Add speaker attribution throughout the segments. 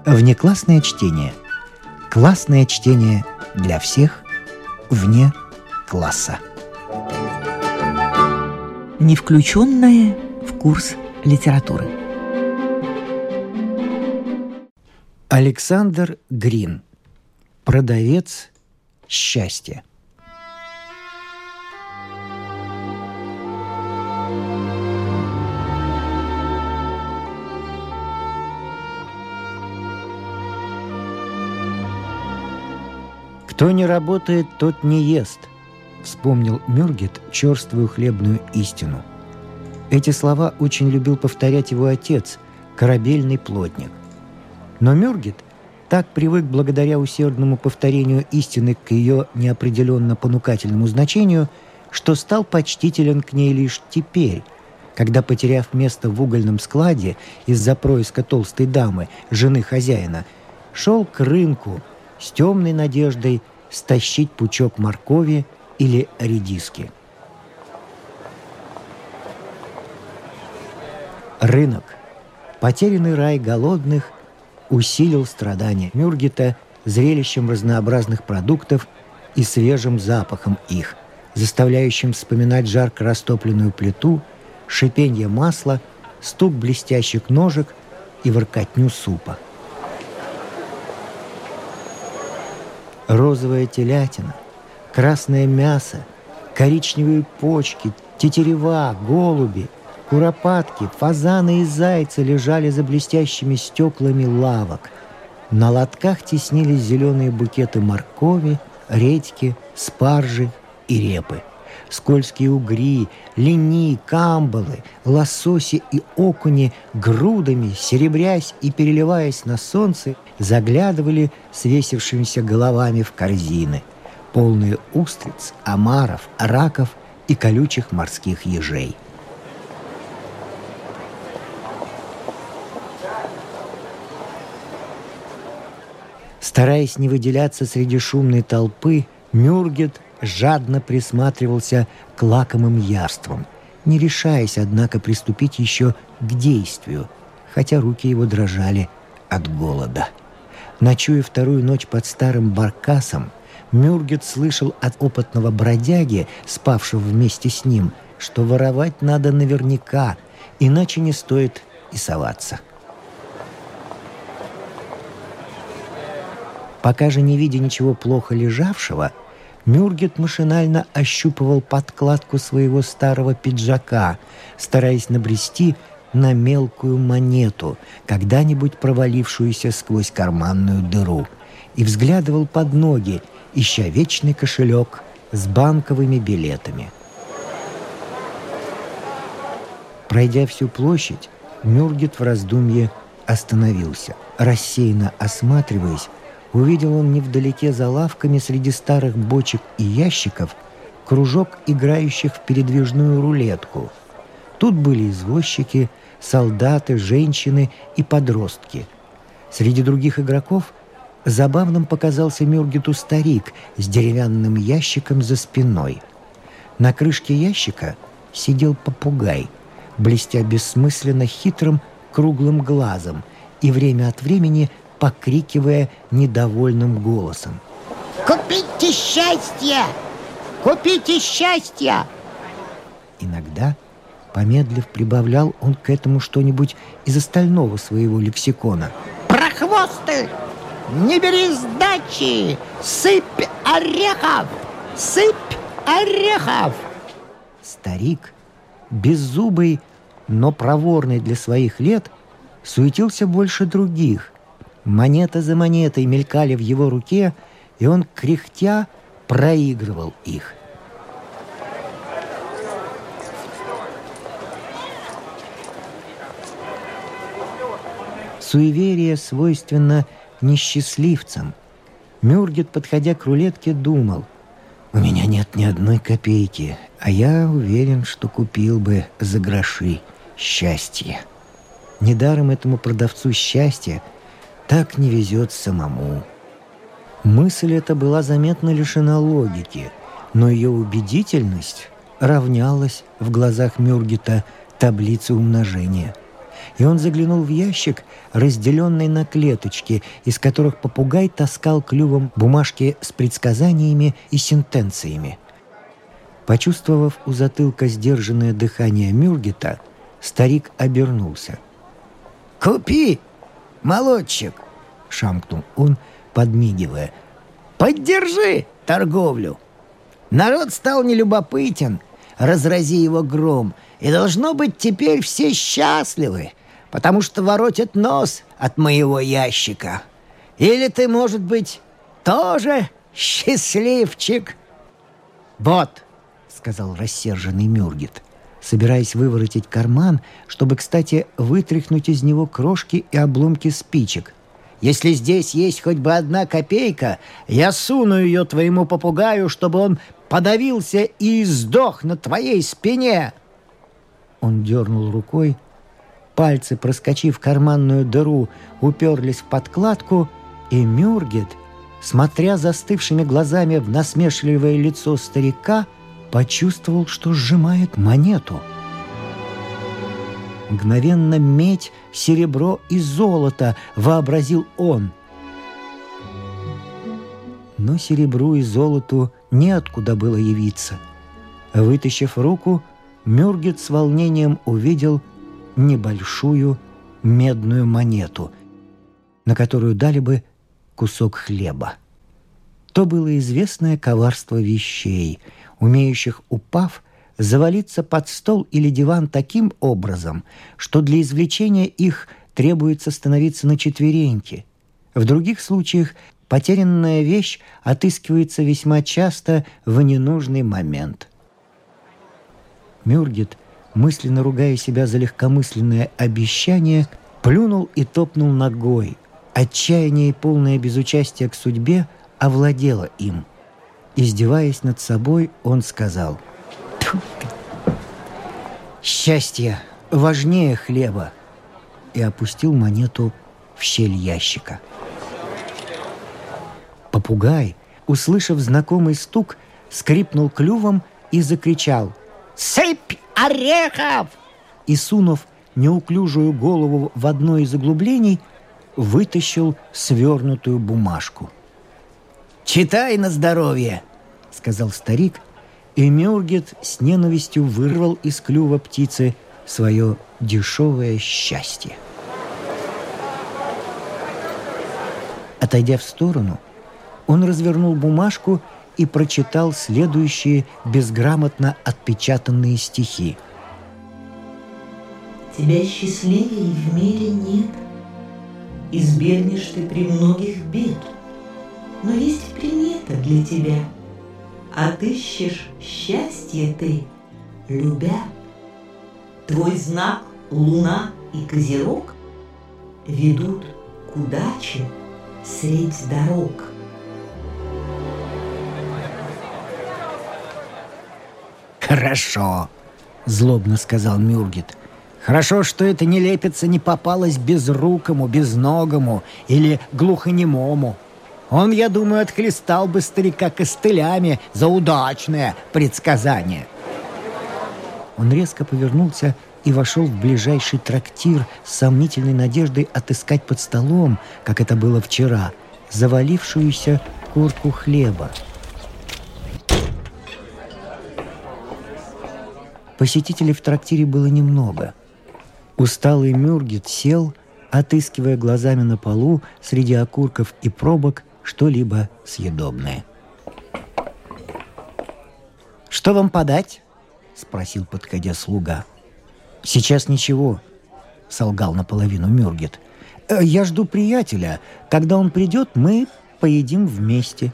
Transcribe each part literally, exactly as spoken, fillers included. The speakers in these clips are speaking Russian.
Speaker 1: Внеклассное чтение. Классное чтение для всех вне класса.
Speaker 2: Не включенное в курс литературы.
Speaker 1: Александр Грин. Продавец счастья. «Кто не работает, тот не ест», — вспомнил Мюргет черствую хлебную истину. Эти слова очень любил повторять его отец, корабельный плотник. Но Мюргет так привык благодаря усердному повторению истины к ее неопределенно понукательному значению, что стал почтителен к ней лишь теперь, когда, потеряв место в угольном складе из-за происка толстой дамы, жены хозяина, шел к рынку с темной надеждой стащить пучок моркови или редиски. Рынок, потерянный рай голодных, усилил страдания Мюргета зрелищем разнообразных продуктов и свежим запахом их, заставляющим вспоминать жарко растопленную плиту, шипенье масла, стук блестящих ножек и воркотню супа. Розовая телятина, красное мясо, коричневые почки, тетерева, голуби, куропатки, фазаны и зайцы лежали за блестящими стеклами лавок. На лотках теснились зеленые букеты моркови, редьки, спаржи и репы. Скользкие угри, линии, камбалы, лососи и окуни грудами, серебрясь и переливаясь на солнце, заглядывали свесившимися головами в корзины, полные устриц, омаров, раков и колючих морских ежей. Стараясь не выделяться среди шумной толпы, Мюргет жадно присматривался к лакомым яствам, не решаясь, однако, приступить еще к действию, хотя руки его дрожали от голода. Ночуя вторую ночь под старым баркасом, Мюргет слышал от опытного бродяги, спавшего вместе с ним, что воровать надо наверняка, иначе не стоит и соваться. Пока же, не видя ничего плохо лежавшего, Мюргет машинально ощупывал подкладку своего старого пиджака, стараясь набрести на мелкую монету, когда-нибудь провалившуюся сквозь карманную дыру, и взглядывал под ноги, ища вечный кошелек с банковыми билетами. Пройдя всю площадь, Мюргет в раздумье остановился. Рассеянно осматриваясь, увидел он невдалеке за лавками среди старых бочек и ящиков кружок играющих в передвижную рулетку. Тут были извозчики, солдаты, женщины и подростки. Среди других игроков забавным показался Мюргету старик с деревянным ящиком за спиной. На крышке ящика сидел попугай, блестя бессмысленно хитрым круглым глазом и время от времени покрикивая недовольным голосом: «Купите счастье! Купите счастье!» Иногда, помедлив, прибавлял он к этому что-нибудь из остального своего лексикона. «Прохвосты! Не бери сдачи! Сыпь орехов! Сыпь орехов!» Старик, беззубый, но проворный для своих лет, суетился больше других. Монета за монетой мелькали в его руке, и он, кряхтя, проигрывал их. Суеверие свойственно несчастливцам. Мюргет, подходя к рулетке, думал: «У меня нет ни одной копейки, а я уверен, что купил бы за гроши счастье. Недаром этому продавцу счастья так не везет самому». Мысль эта была заметно лишена логики, но ее убедительность равнялась в глазах Мюргета таблице умножения. и он заглянул в ящик, разделенный на клеточки, из которых попугай таскал клювом бумажки с предсказаниями и сентенциями. Почувствовав у затылка сдержанное дыхание Мюргета, старик обернулся. «Купи, молодчик!» — шамкнул он, подмигивая. «Поддержи торговлю! Народ стал нелюбопытен, разрази его гром, и, должно быть, теперь все счастливы, потому что воротят нос от моего ящика. Или ты, может быть, тоже счастливчик?» «Вот!» — сказал рассерженный Мюргет, собираясь выворотить карман, чтобы, кстати, вытряхнуть из него крошки и обломки спичек. «Если здесь есть хоть бы одна копейка, я суну ее твоему попугаю, чтобы он подавился и сдох на твоей спине!» Он дернул рукой, пальцы, проскочив карманную дыру, уперлись в подкладку, и Мюргет, смотря застывшими глазами в насмешливое лицо старика, почувствовал, что сжимает монету. Мгновенно медь, серебро и золото, вообразил он. Но серебру и золоту неоткуда было явиться. Вытащив руку, Мюргет с волнением увидел небольшую медную монету, на которую дали бы кусок хлеба. То было известное коварство вещей, умеющих, упав, завалиться под стол или диван таким образом, что для извлечения их требуется становиться на четвереньки. В других случаях потерянная вещь отыскивается весьма часто в ненужный момент. Мюргет, мысленно ругая себя за легкомысленное обещание, плюнул и топнул ногой. Отчаяние и полное безучастие к судьбе овладело им. Издеваясь над собой, он сказал: «Тьфу ты! Счастье важнее хлеба!» и опустил монету в щель ящика. Попугай, услышав знакомый стук, скрипнул клювом и закричал: «Сыпь орехов!» и, сунув неуклюжую голову в одно из углублений, вытащил свернутую бумажку. «Читай на здоровье!» — сказал старик, и Мюргет с ненавистью вырвал из клюва птицы свое дешевое счастье. Отойдя в сторону, он развернул бумажку и прочитал следующие безграмотно отпечатанные стихи.
Speaker 3: «Тебя счастливее в мире нет, избегнешь ты при многих бед, но есть примета для тебя, отыщешь счастье ты, любя. Твой знак луна и козерог ведут к удаче средь дорог».
Speaker 1: «Хорошо», — злобно сказал Мюргет. «Хорошо, что эта нелепица не попалась безрукому, безногому или глухонемому. Он, я думаю, отхлестал бы старика костылями за удачное предсказание». Он резко повернулся и вошел в ближайший трактир с сомнительной надеждой отыскать под столом, как это было вчера, завалившуюся корку хлеба. Посетителей в трактире было немного. Усталый Мюргет сел, отыскивая глазами на полу среди окурков и пробок что-либо съедобное. «Что вам подать?» — спросил, подходя слуга. «Сейчас ничего», — солгал наполовину Мюргет. «Я жду приятеля. Когда он придет, мы поедим вместе».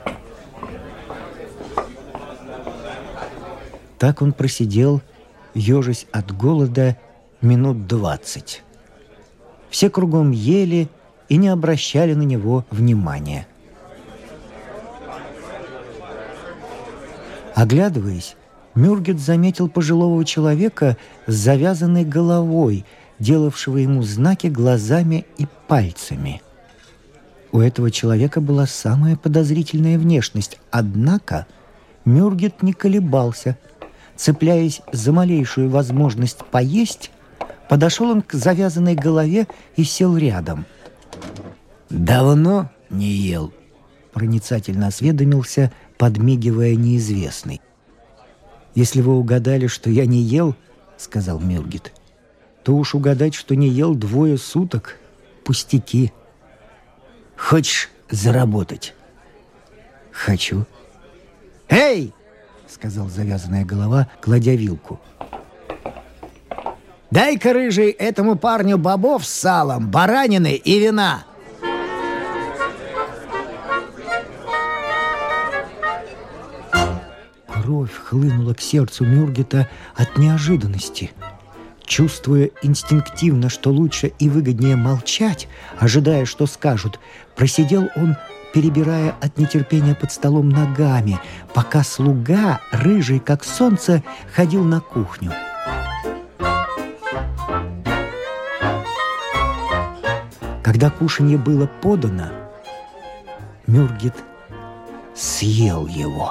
Speaker 1: Так он просидел, ежась от голода, минут двадцать. Все кругом ели и не обращали на него внимания. Оглядываясь, Мюргет заметил пожилого человека с завязанной головой, делавшего ему знаки глазами и пальцами. У этого человека была самая подозрительная внешность, однако Мюргет не колебался. Цепляясь за малейшую возможность поесть, Подошел он к завязанной голове и сел рядом. «Давно не ел?» — проницательно осведомился, подмигивая неизвестный. «Если вы угадали, что я не ел, — сказал Мюргет, — то уж угадать, что не ел двое суток — пустяки. Хочешь заработать?» «Хочу». «Эй!» — сказал завязанная голова, кладя вилку. «Дай-ка, рыжий, этому парню бобов с салом, баранины и вина!» Кровь хлынула к сердцу Мюргета от неожиданности. Чувствуя инстинктивно, что лучше и выгоднее молчать, ожидая, что скажут, просидел он, перебирая от нетерпения под столом ногами, пока слуга, рыжий как солнце, ходил на кухню. Когда кушанье было подано, Мюргет съел его.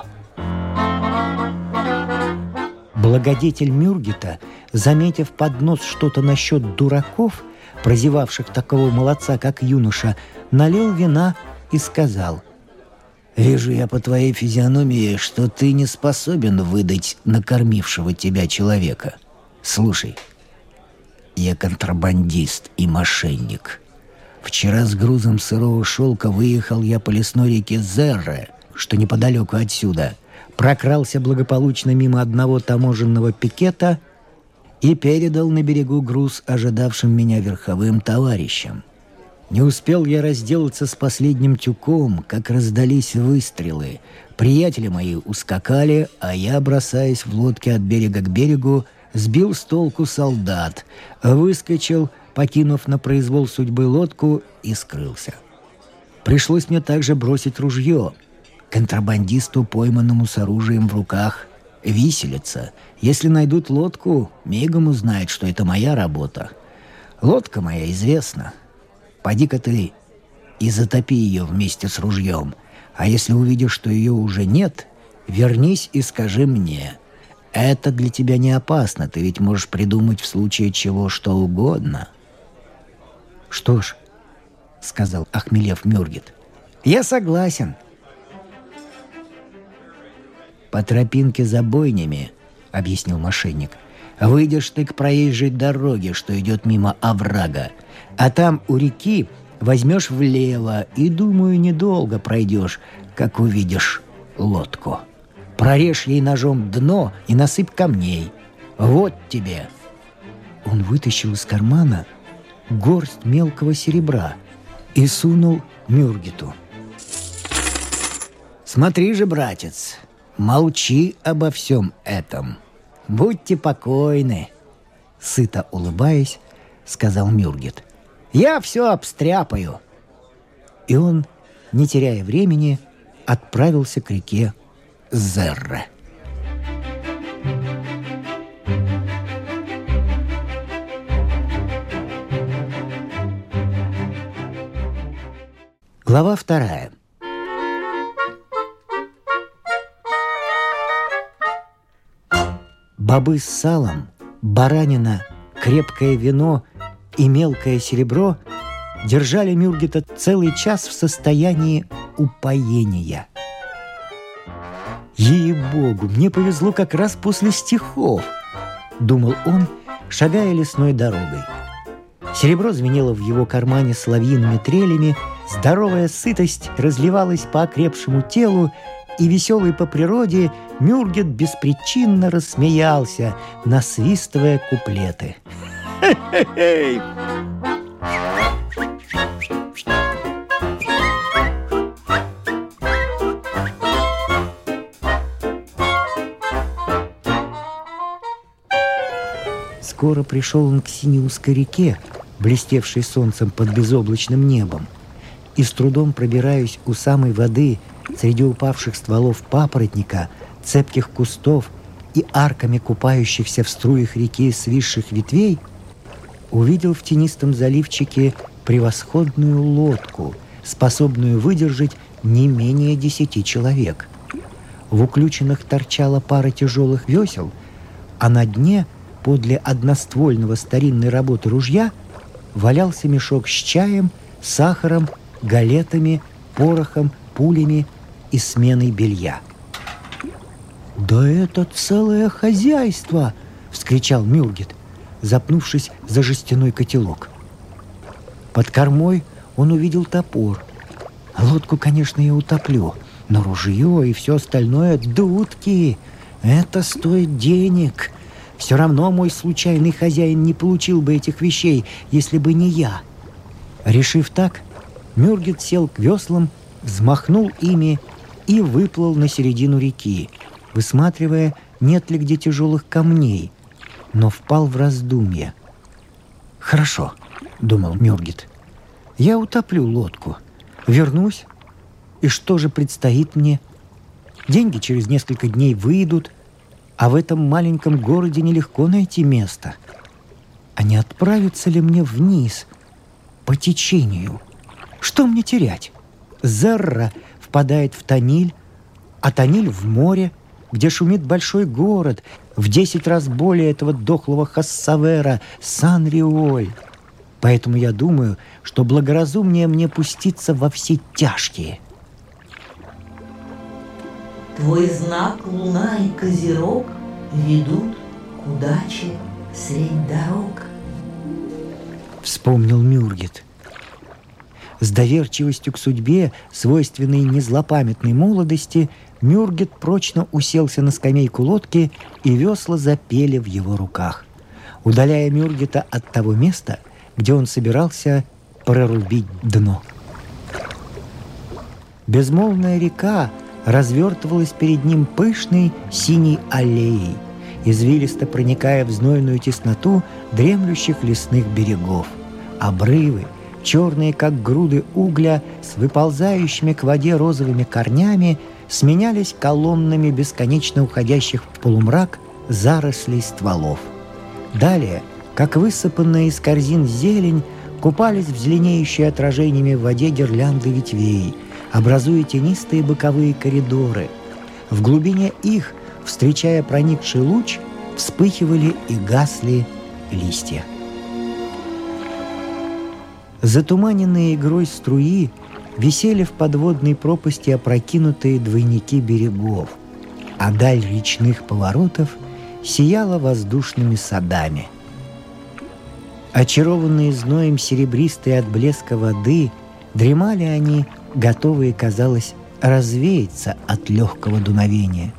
Speaker 1: Благодетель Мюргета, заметив под нос что-то насчет дураков, прозевавших такого молодца, как юноша, налил вина и сказал: «Вижу я по твоей физиономии, что ты не способен выдать накормившего тебя человека. Слушай, я контрабандист и мошенник. Вчера с грузом сырого шелка выехал я по лесной реке Зерре, что неподалеку отсюда, прокрался благополучно мимо одного таможенного пикета и передал на берегу груз ожидавшим меня верховым товарищам. Не успел я разделаться с последним тюком, как раздались выстрелы. Приятели мои ускакали, а я, бросаясь в лодке от берега к берегу, сбил с толку солдат, выскочил, покинув на произвол судьбы лодку, и скрылся. Пришлось мне также бросить ружье. Контрабандисту, пойманному с оружием в руках, виселица. Если найдут лодку, мигом узнают, что это моя работа. Лодка моя известна. Поди-ка ты и затопи ее вместе с ружьем. А если увидишь, что ее уже нет, вернись и скажи мне. Это для тебя не опасно, ты ведь можешь придумать в случае чего что угодно». «Что ж, — сказал охмелев Мюргет, — я согласен». «По тропинке за бойнями, — объяснил мошенник, — выйдешь ты к проезжей дороге, что идет мимо оврага, а там у реки возьмешь влево и, думаю, недолго пройдешь, как увидишь лодку. Прорежь ей ножом дно и насыпь камней. Вот тебе». Он вытащил из кармана горсть мелкого серебра и сунул Мюргету. «Смотри же, братец, молчи обо всем этом. Будьте покойны», — сыто улыбаясь, сказал Мюргет. «Я все обстряпаю». И он, не теряя времени, отправился к реке Зерре. Глава вторая. Бобы с салом, баранина, крепкое вино и мелкое серебро держали Мюргета целый час в состоянии упоения. «Ей-богу, мне повезло как раз после стихов», — думал он, шагая лесной дорогой. Серебро звенело в его кармане соловьиными трелями, здоровая сытость разливалась по окрепшему телу, и веселый по природе Мюргет беспричинно рассмеялся, насвистывая куплеты. «Хе-хе-хей!» Скоро пришел он к синей узкой реке, блестевшей солнцем под безоблачным небом, и с трудом пробираясь у самой воды среди упавших стволов папоротника, цепких кустов и арками купающихся в струях реки свисших ветвей, увидел в тенистом заливчике превосходную лодку, способную выдержать не менее десяти человек. В уключенных торчала пара тяжелых весел, а на дне подле одноствольного старинной работы ружья валялся мешок с чаем, сахаром, галетами, порохом, пулями и сменой белья. «Да это целое хозяйство!» — вскричал Мюргет, запнувшись за жестяной котелок. Под кормой он увидел топор. Лодку, конечно, я утоплю, но ружье и все остальное — дудки. Это стоит денег. Все равно мой случайный хозяин не получил бы этих вещей, если бы не я. Решив так, Мюргет сел к веслам, взмахнул ими и выплыл на середину реки, высматривая, нет ли где тяжелых камней, но впал в раздумье. «Хорошо», — думал Мюргет, — «я утоплю лодку, вернусь, и что же предстоит мне? Деньги через несколько дней выйдут, а в этом маленьком городе нелегко найти место. А не отправиться ли мне вниз, по течению? Что мне терять? Зерра впадает в Таниль, а Таниль в море, где шумит большой город, в десять раз более этого дохлого Хассавера, Сан-Риоль. Поэтому я думаю, что благоразумнее мне пуститься во все тяжкие».
Speaker 3: Твой знак луна и козерог ведут к удаче средь дорог.
Speaker 1: Вспомнил Мюргет. С доверчивостью к судьбе, свойственной незлопамятной молодости, Мюргет прочно уселся на скамейку лодки, и весла запели в его руках, удаляя Мюргета от того места, где он собирался прорубить дно. Безмолвная река развертывалась перед ним пышной синей аллеей, извилисто проникая в знойную тесноту дремлющих лесных берегов. Обрывы, черные как груды угля, с выползающими к воде розовыми корнями, сменялись колоннами бесконечно уходящих в полумрак зарослей стволов. Далее, как высыпанная из корзин зелень, купались в зеленеющей отражениями в воде гирлянды ветвей, образуя тенистые боковые коридоры. В глубине их, встречая проникший луч, вспыхивали и гасли листья. Затуманенные игрой струи висели в подводной пропасти опрокинутые двойники берегов, а даль речных поворотов сияла воздушными садами. Очарованные зноем серебристые от блеска воды, дремали они, готовые, казалось, развеяться от легкого дуновения.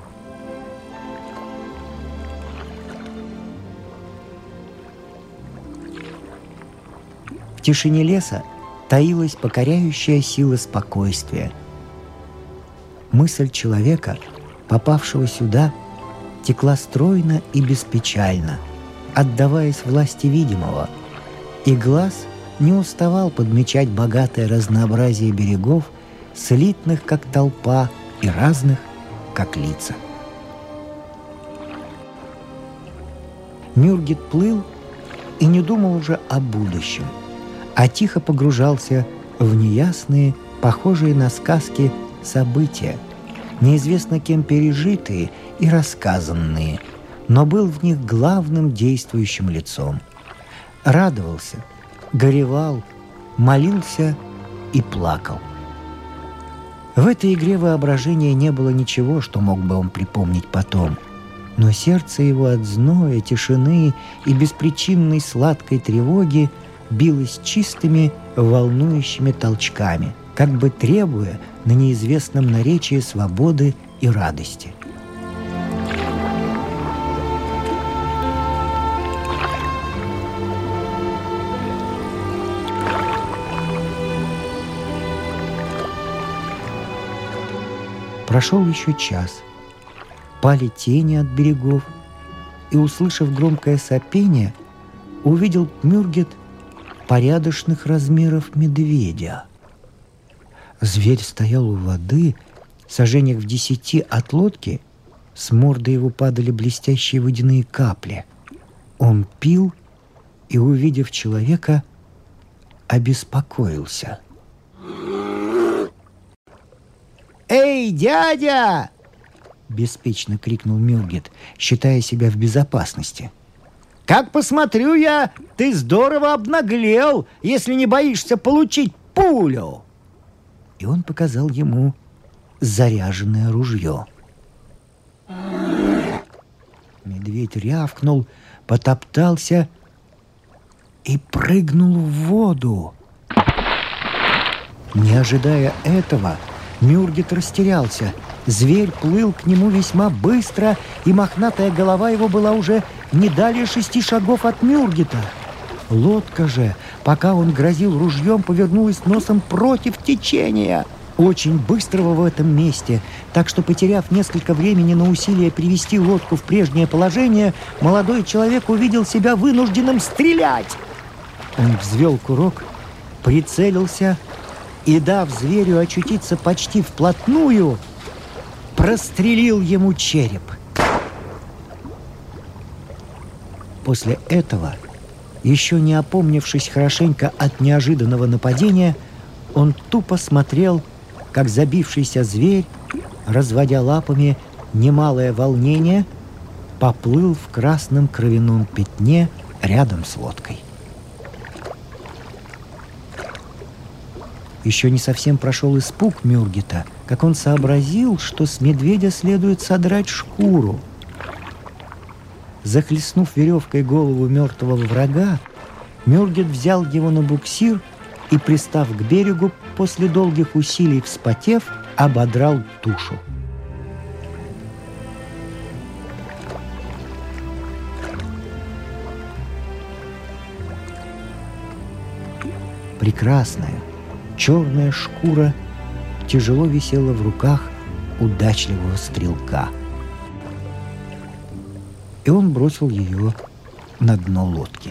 Speaker 1: В тишине леса таилась покоряющая сила спокойствия. Мысль человека, попавшего сюда, текла стройно и беспечально, отдаваясь власти видимого, и глаз не уставал подмечать богатое разнообразие берегов, слитных как толпа и разных как лица. Мюргет плыл и не думал уже о будущем, а тихо погружался в неясные, похожие на сказки, события, неизвестно кем пережитые и рассказанные, но был в них главным действующим лицом. Радовался, горевал, молился и плакал. В этой игре воображения не было ничего, что мог бы он припомнить потом, но сердце его от зноя, тишины и беспричинной сладкой тревоги билось чистыми, волнующими толчками, как бы требуя на неизвестном наречии свободы и радости. Прошел еще час. Пали тени от берегов, и, услышав громкое сопение, увидел Мюргет порядочных размеров медведя. Зверь стоял у воды, саженях в десяти от лодки, с морды его падали блестящие водяные капли. Он пил и, увидев человека, обеспокоился. «Эй, дядя!» — беспечно крикнул Мюргет, считая себя в безопасности. Как посмотрю я, ты здорово обнаглел, если не боишься получить пулю. И он показал ему заряженное ружье. Медведь рявкнул, потоптался и прыгнул в воду. Не ожидая этого, Мюргет растерялся. Зверь плыл к нему весьма быстро, и мохнатая голова его была уже не далее шести шагов от Мюргета. Лодка же, пока он грозил ружьем, повернулась носом против течения, очень быстрого в этом месте, так что, потеряв несколько времени на усилие привести лодку в прежнее положение, молодой человек увидел себя вынужденным стрелять. Он взвел курок, прицелился и, дав зверю очутиться почти вплотную, прострелил ему череп. После этого, еще не опомнившись хорошенько от неожиданного нападения, он тупо смотрел, как забившийся зверь, разводя лапами немалое волнение, поплыл в красном кровяном пятне рядом с лодкой. Еще не совсем прошел испуг Мюргета, как он сообразил, что с медведя следует содрать шкуру. Захлестнув веревкой голову мертвого врага, Мюргет взял его на буксир и, пристав к берегу, после долгих усилий вспотев, ободрал тушу. Прекрасная черная шкура тяжело висела в руках удачливого стрелка. И он бросил ее на дно лодки.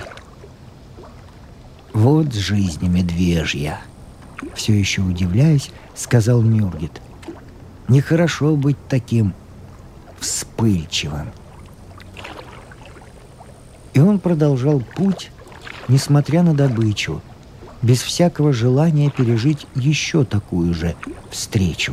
Speaker 1: «Вот жизнь медвежья!» Все еще удивляясь, сказал Мюргет. «Нехорошо быть таким вспыльчивым». И он продолжал путь, несмотря на добычу, без всякого желания пережить еще такую же встречу.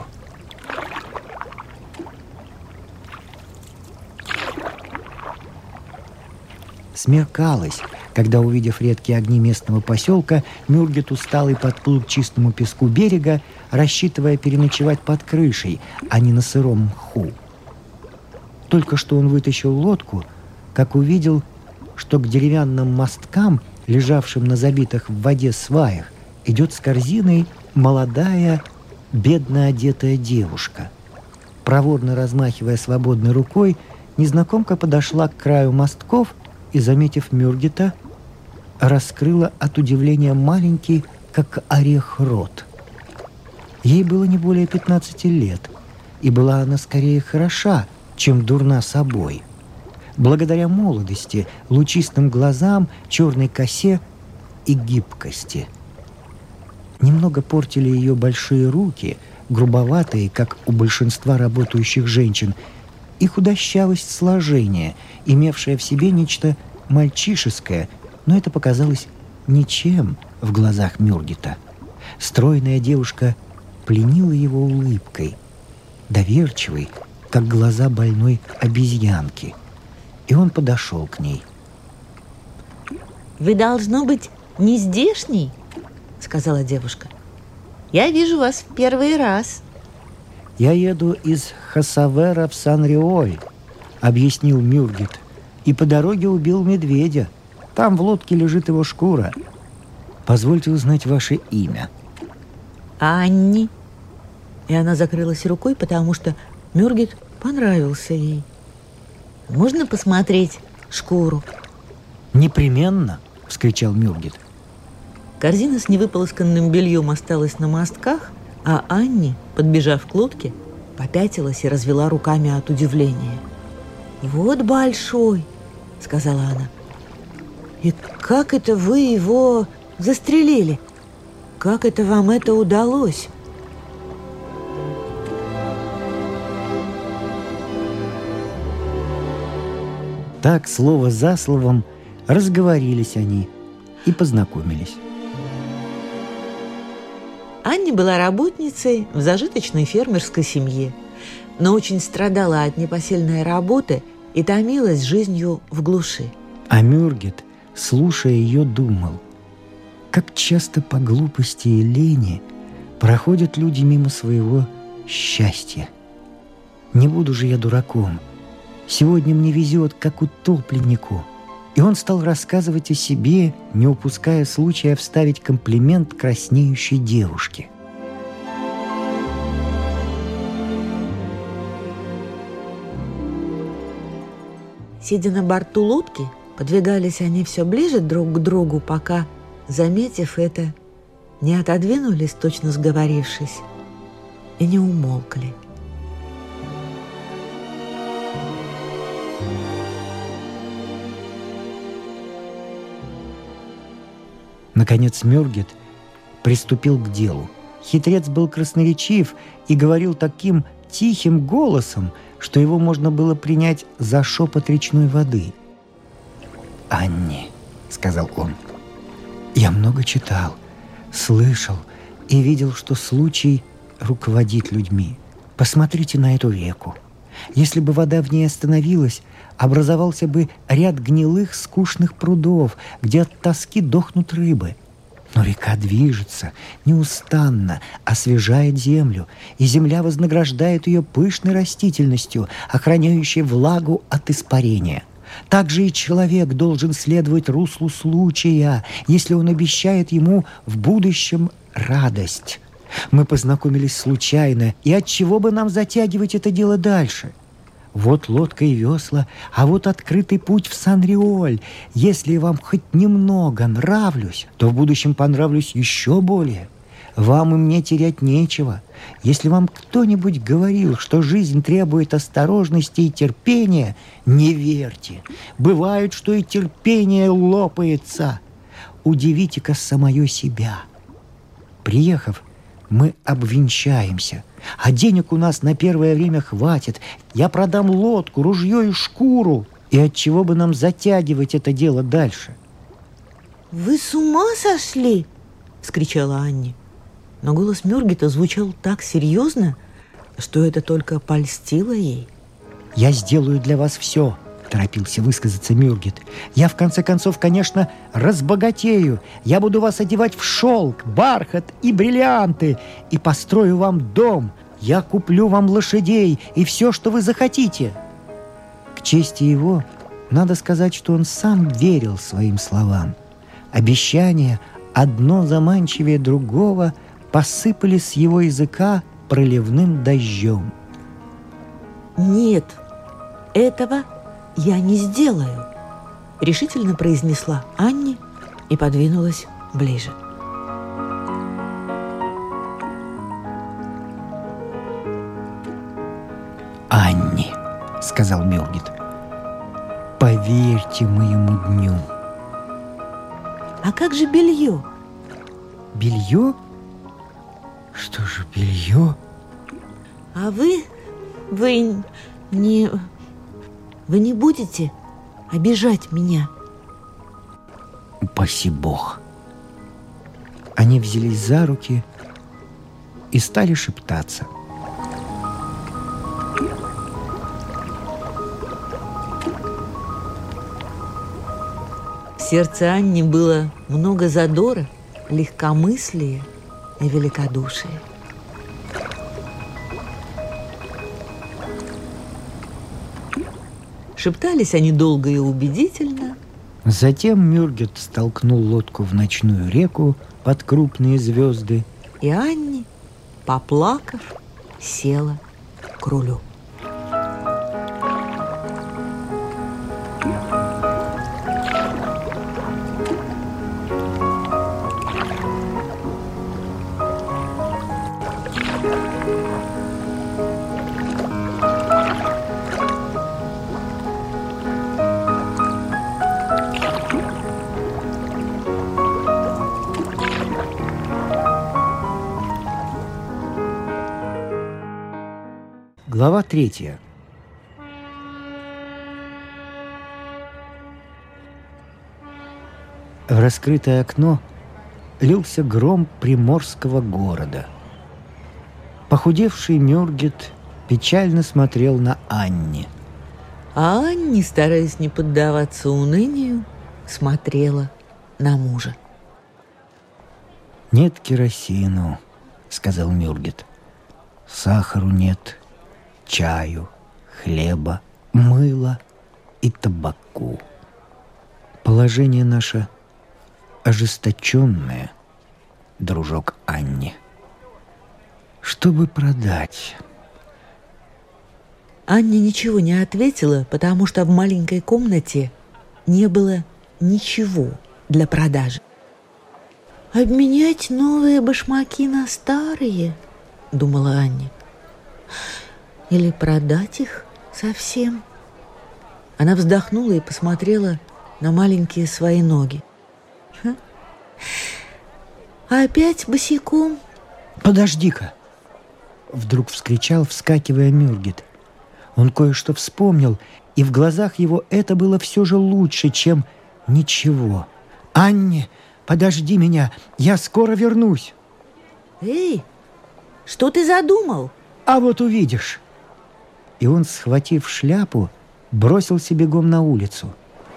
Speaker 1: Смеркалось, когда, увидев редкие огни местного поселка, Мюргет усталый подплыл к чистому песку берега, рассчитывая переночевать под крышей, а не на сыром мху. Только что он вытащил лодку, как увидел, что к деревянным мосткам, лежавшим на забитых в воде сваях, идет с корзиной молодая, бедно одетая девушка. Проворно размахивая свободной рукой, незнакомка подошла к краю мостков и, заметив Мюргета, раскрыла от удивления маленький, как орех, рот. Ей было не более пятнадцати лет, и была она скорее хороша, чем дурна собой. Благодаря молодости, лучистым глазам, черной косе и гибкости. Немного портили ее большие руки, грубоватые, как у большинства работающих женщин, и худощавость сложения, имевшая в себе нечто мальчишеское, но это показалось ничем в глазах Мюргета. Стройная девушка пленила его улыбкой, доверчивой, как глаза больной обезьянки. И он подошел к ней.
Speaker 3: «Вы, должно быть, не здешний?» — сказала девушка. «Я вижу вас в первый раз».
Speaker 1: «Я еду из Хасавера в Сан-Риоль», — объяснил Мюргет, «и по дороге убил медведя. Там в лодке лежит его шкура. Позвольте узнать ваше имя».
Speaker 3: «Анни». И она закрылась рукой, потому что Мюргет понравился ей. «Можно посмотреть шкуру?»
Speaker 1: «Непременно!» — вскричал Мюргет.
Speaker 3: Корзина с невыполосканным бельем осталась на мостках, а Анни, подбежав к лодке, попятилась и развела руками от удивления. «Вот большой!» — сказала она. «И как это вы его застрелили? Как это вам это удалось?»
Speaker 1: Так, слово за словом, разговорились они и познакомились.
Speaker 3: Анни была работницей в зажиточной фермерской семье, но очень страдала от непосильной работы и томилась жизнью в глуши.
Speaker 1: А Мюргет, слушая ее, думал, как часто по глупости и лени проходят люди мимо своего счастья. Не буду же я дураком. Сегодня мне везет, как утопленнику. И он стал рассказывать о себе, не упуская случая вставить комплимент краснеющей девушке.
Speaker 3: Сидя на борту лодки, подвигались они все ближе друг к другу, пока, заметив это, не отодвинулись, точно сговорившись, и не умолкли.
Speaker 1: Наконец Мюргет приступил к делу. Хитрец был красноречив и говорил таким тихим голосом, что его можно было принять за шепот речной воды. «Анни», — сказал он, — «я много читал, слышал и видел, что случай руководит людьми. Посмотрите на эту реку. Если бы вода в ней остановилась, образовался бы ряд гнилых, скучных прудов, где от тоски дохнут рыбы. Но река движется неустанно, освежает землю, и земля вознаграждает ее пышной растительностью, охраняющей влагу от испарения. Также и человек должен следовать руслу случая, если он обещает ему в будущем радость. Мы познакомились случайно, и отчего бы нам затягивать это дело дальше? Вот лодка и весла, а вот открытый путь в Сан-Риоль. Если вам хоть немного нравлюсь, то в будущем понравлюсь еще более. Вам и мне терять нечего. Если вам кто-нибудь говорил, что жизнь требует осторожности и терпения, не верьте. Бывает, что и терпение лопается. Удивите-ка самое себя. Приехав, мы обвенчаемся, а денег у нас на первое время хватит. Я продам лодку, ружье и шкуру. И отчего бы нам затягивать это дело дальше?
Speaker 3: «Вы с ума сошли?» — вскричала Анни. Но голос Мюргета звучал так серьезно, что это только польстило ей.
Speaker 1: «Я сделаю для вас все», — торопился высказаться Мюргет. «Я, в конце концов, конечно, разбогатею. Я буду вас одевать в шелк, бархат и бриллианты и построю вам дом. Я куплю вам лошадей и все, что вы захотите». К чести его, надо сказать, что он сам верил своим словам. Обещания, одно заманчивее другого, посыпались с его языка проливным дождем.
Speaker 3: «Нет, этого я не сделаю», — решительно произнесла Анни и подвинулась ближе.
Speaker 1: «Анни», — сказал Мюргет, — «поверьте моему дню».
Speaker 3: «А как же белье?»
Speaker 1: «Белье? Что же белье?»
Speaker 3: «А вы, вы не... вы не будете обижать меня?»
Speaker 1: «Упаси Бог». Они взялись за руки и стали шептаться.
Speaker 3: В сердце Анни было много задора, легкомыслия и великодушия. Шептались они долго и убедительно.
Speaker 1: Затем Мюргет столкнул лодку в ночную реку под крупные звезды,
Speaker 3: и Анни, поплакав, села к рулю.
Speaker 1: Глава третья. В раскрытое окно лился гром приморского города. Похудевший Мюргет печально смотрел на Анни.
Speaker 3: А Анни, стараясь не поддаваться унынию, смотрела на мужа.
Speaker 1: «Нет керосину», — сказал Мюргет. «Сахару нет, чаю, хлеба, мыла и табаку. Положение наше ожесточенное, дружок Анни. Чтобы продать...»
Speaker 3: Анни ничего не ответила, потому что в маленькой комнате не было ничего для продажи. «Обменять новые башмаки на старые?» — думала Анни. «Или продать их совсем?» Она вздохнула и посмотрела на маленькие свои ноги. Хм. «Опять босиком?»
Speaker 1: «Подожди-ка!» — вдруг вскричал, вскакивая Мюргет. Он кое-что вспомнил, и в глазах его это было все же лучше, чем ничего. «Анни, подожди меня, я скоро вернусь!»
Speaker 3: «Эй, что ты задумал?»
Speaker 1: «А вот увидишь!» И он, схватив шляпу, бросился бегом на улицу.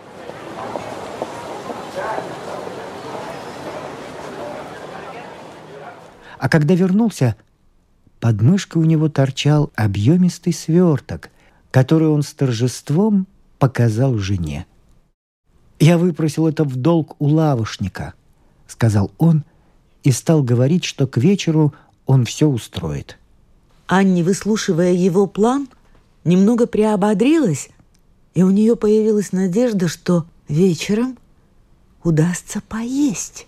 Speaker 1: А когда вернулся, под мышкой у него торчал объемистый сверток, который он с торжеством показал жене. «Я выпросил это в долг у лавошника», — сказал он, и стал говорить, что к вечеру он все устроит.
Speaker 3: Анни, выслушивая его план, немного приободрилась, и у нее появилась надежда, что вечером удастся поесть.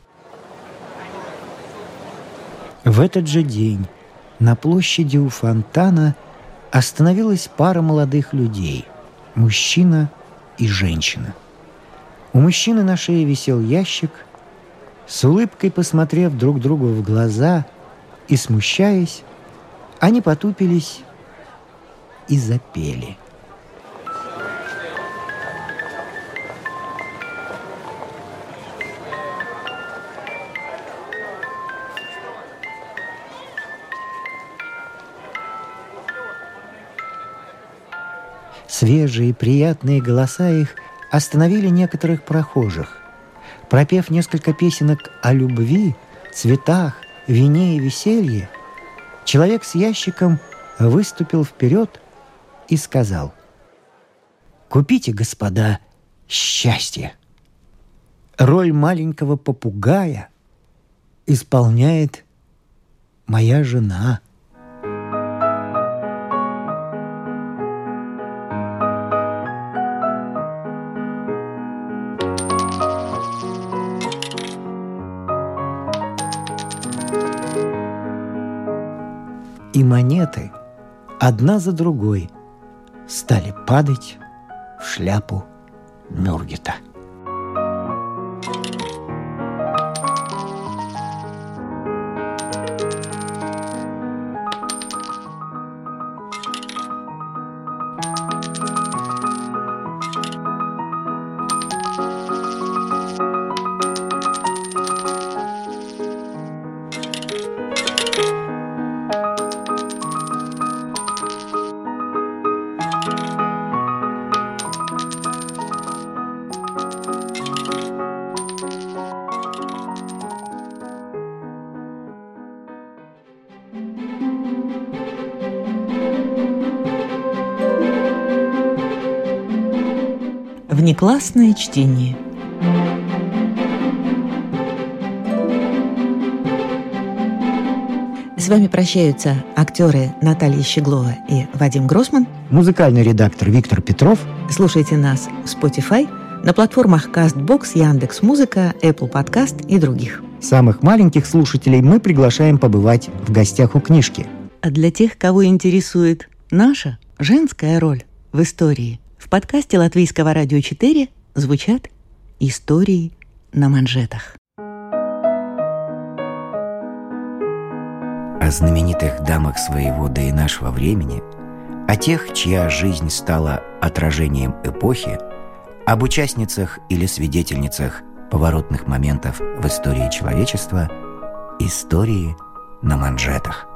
Speaker 1: В этот же день на площади у фонтана остановилась пара молодых людей – мужчина и женщина. У мужчины на шее висел ящик. С улыбкой посмотрев друг другу в глаза и смущаясь, они потупились и запели. Свежие, приятные голоса их остановили некоторых прохожих. Пропев несколько песенок о любви, цветах, вине и веселье, человек с ящиком выступил вперед и сказал: «Купите, господа, счастье. Роль маленького попугая исполняет моя жена». И монеты одна за другой стали падать в шляпу Мюргета.
Speaker 2: Внеклассное чтение. С вами прощаются актеры Наталья Щеглова и Вадим Гроссман.
Speaker 1: Музыкальный редактор Виктор Петров.
Speaker 2: Слушайте нас в Spotify, на платформах Castbox, Яндекс.Музыка, Apple Podcast и других.
Speaker 1: Самых маленьких слушателей мы приглашаем побывать в гостях у книжки.
Speaker 2: А для тех, кого интересует наша женская роль в истории, в подкасте Латвийского радио четыре звучат истории на манжетах.
Speaker 1: О знаменитых дамах своего да и нашего времени, о тех, чья жизнь стала отражением эпохи, об участницах или свидетельницах поворотных моментов в истории человечества, истории на манжетах.